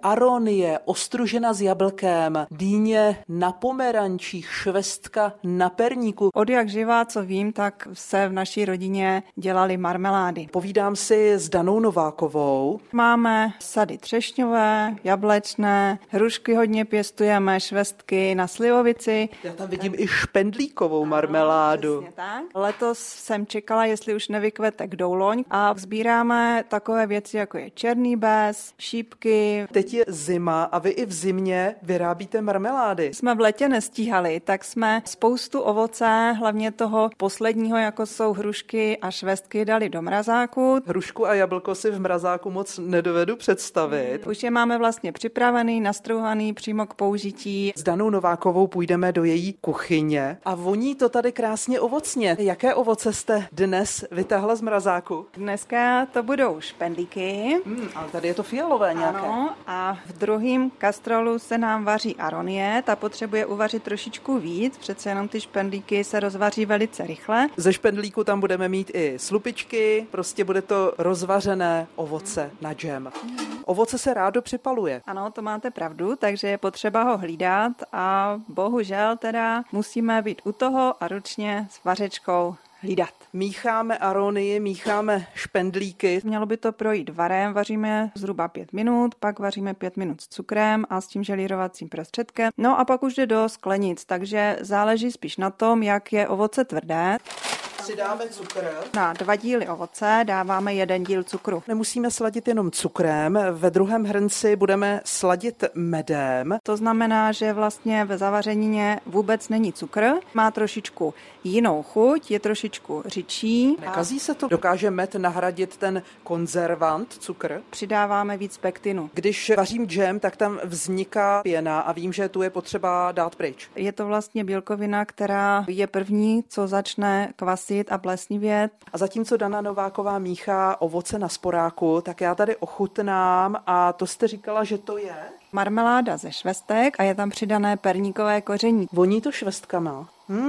aronie ostružena s jablkem, dýně na pomerančích, švestka na perníku. Od jak živá, co vím, tak se v naší rodině dělaly marmelády. Povídám si s Danou Novákovou. Máme sady třešňové, jablečné, hrušky hodně pěstujeme, švestky na slivovici. Já tam vidím i špendlíkovou marmeládu. Přesně tak. Letos jsem čekala, jestli už nevykvete kdouloň a sbíráme takové věci, jako je černý bez, šípky. Teď je zima a vy i v zimě vyrábíte marmelády. Jsme v letě nestíhali, tak jsme spoustu ovoce, hlavně toho posledního, jako jsou hrušky a švestky, dali do mrazáku. Hrušku a jablko si v mrazáku moc nedovedu představit. Už je máme vlastně připravený, nastrouhaný přímo k použití. S Danou Novákovou půjdeme do její kuchyně a voní to tady krásně ovocně. Jaké ovoce jste dnes vytáhla z mrazáku? Dneska to budou špendlíky. Ale tady je to fialové nějaké. Ano, a v druhém kastrolu se nám vaří aronie. Ta potřebuje uvařit trošičku víc, přece jenom ty špendlíky se rozvaří velice rychle. Ze špendlíku tam budeme mít i slupičky, prostě bude to rozvařené ovoce na džem. Ovoce se rádo připaluje. Ano, to máte pravdu, takže je potřeba ho hlídat a bohužel teda musíme být u toho a ručně s vařečkou hlídat. Mícháme aronii, mícháme špendlíky. Mělo by to projít varem, vaříme zhruba 5 minut, pak vaříme 5 minut s cukrem a s tím želírovacím prostředkem. No a pak už jde do sklenic, takže záleží spíš na tom, jak je ovoce tvrdé. Přidáme cukr. Na 2 díly ovoce dáváme 1 díl cukru. Nemusíme sladit jenom cukrem, ve druhém hrnci budeme sladit medem. To znamená, že vlastně ve zavařenině vůbec není cukr, má trošičku jinou chuť, je trošičku řidší. Nekazí se to? Dokáže med nahradit ten konzervant, cukr? Přidáváme víc pektinu. Když vařím džem, tak tam vzniká pěna a vím, že tu je potřeba dát pryč. Je to vlastně bílkovina, která je první, co začne kvasit a plesnivět. A zatímco Dana Nováková míchá ovoce na sporáku, tak já tady ochutnám a to jste říkala, že to je? Marmeláda ze švestek a je tam přidané perníkové koření. Voní to švestkama.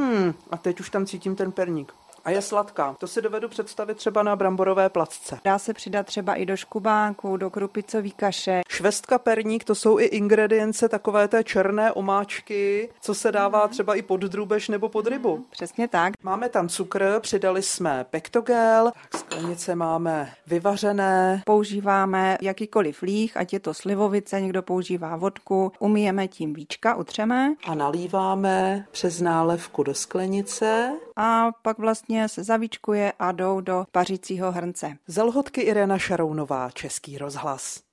A teď už tam cítím ten perník. A je sladká. To si dovedu představit třeba na bramborové placce. Dá se přidat třeba i do škubánku, do krupicové kaše. Švestka, perník, to jsou i ingredience takové té černé omáčky, co se dává třeba i pod drůbež nebo pod rybu. Přesně tak. Máme tam cukr, přidali jsme pektogel, tak sklenice máme vyvařené. Používáme jakýkoliv líh, ať je to slivovice, někdo používá vodku, umyjeme tím víčka, utřeme. A nalíváme přes nálevku do sklenice. A pak vlastně se zavíčkuje a jdou do pařícího hrnce. Z Lhotky Irena Šarounová, Český rozhlas.